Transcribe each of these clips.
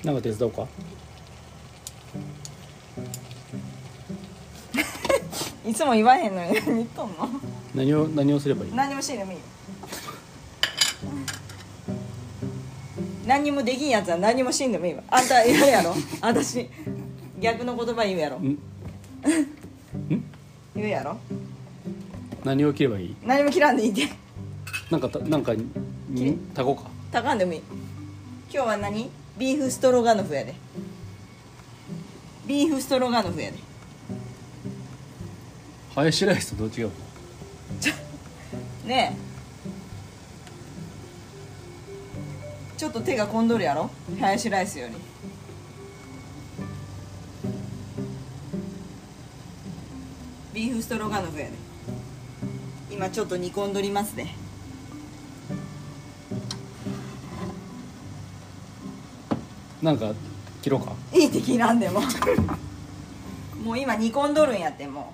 なんか手伝おうか。 いつも言わへんのに何言っとんの。 何をすればいい？ 何もしんでもいい。何もできんやつは何もしんでもいいわ。あんたやるやろ。私逆の言葉言うやろ。言うやろ。 何を切ればいい？ 何も切らんでいいで。 なんかタコか。 たかんでもいい。今日は何？ビーフストロガノフやで。ビーフストロガノフやで。 ハヤシライスとどう違うの？ ねえ、ちょっと手が込んどるやろ、ハヤシライスより。ビーフストロガノフやで。今ちょっと煮込んどりますね。 なんか切ろうか。 いいって切らんでももう今煮込んどるんやって。も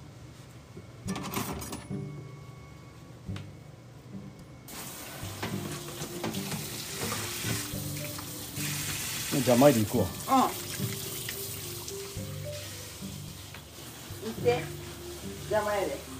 じゃあ前で行くわ。 う行って、邪魔やで。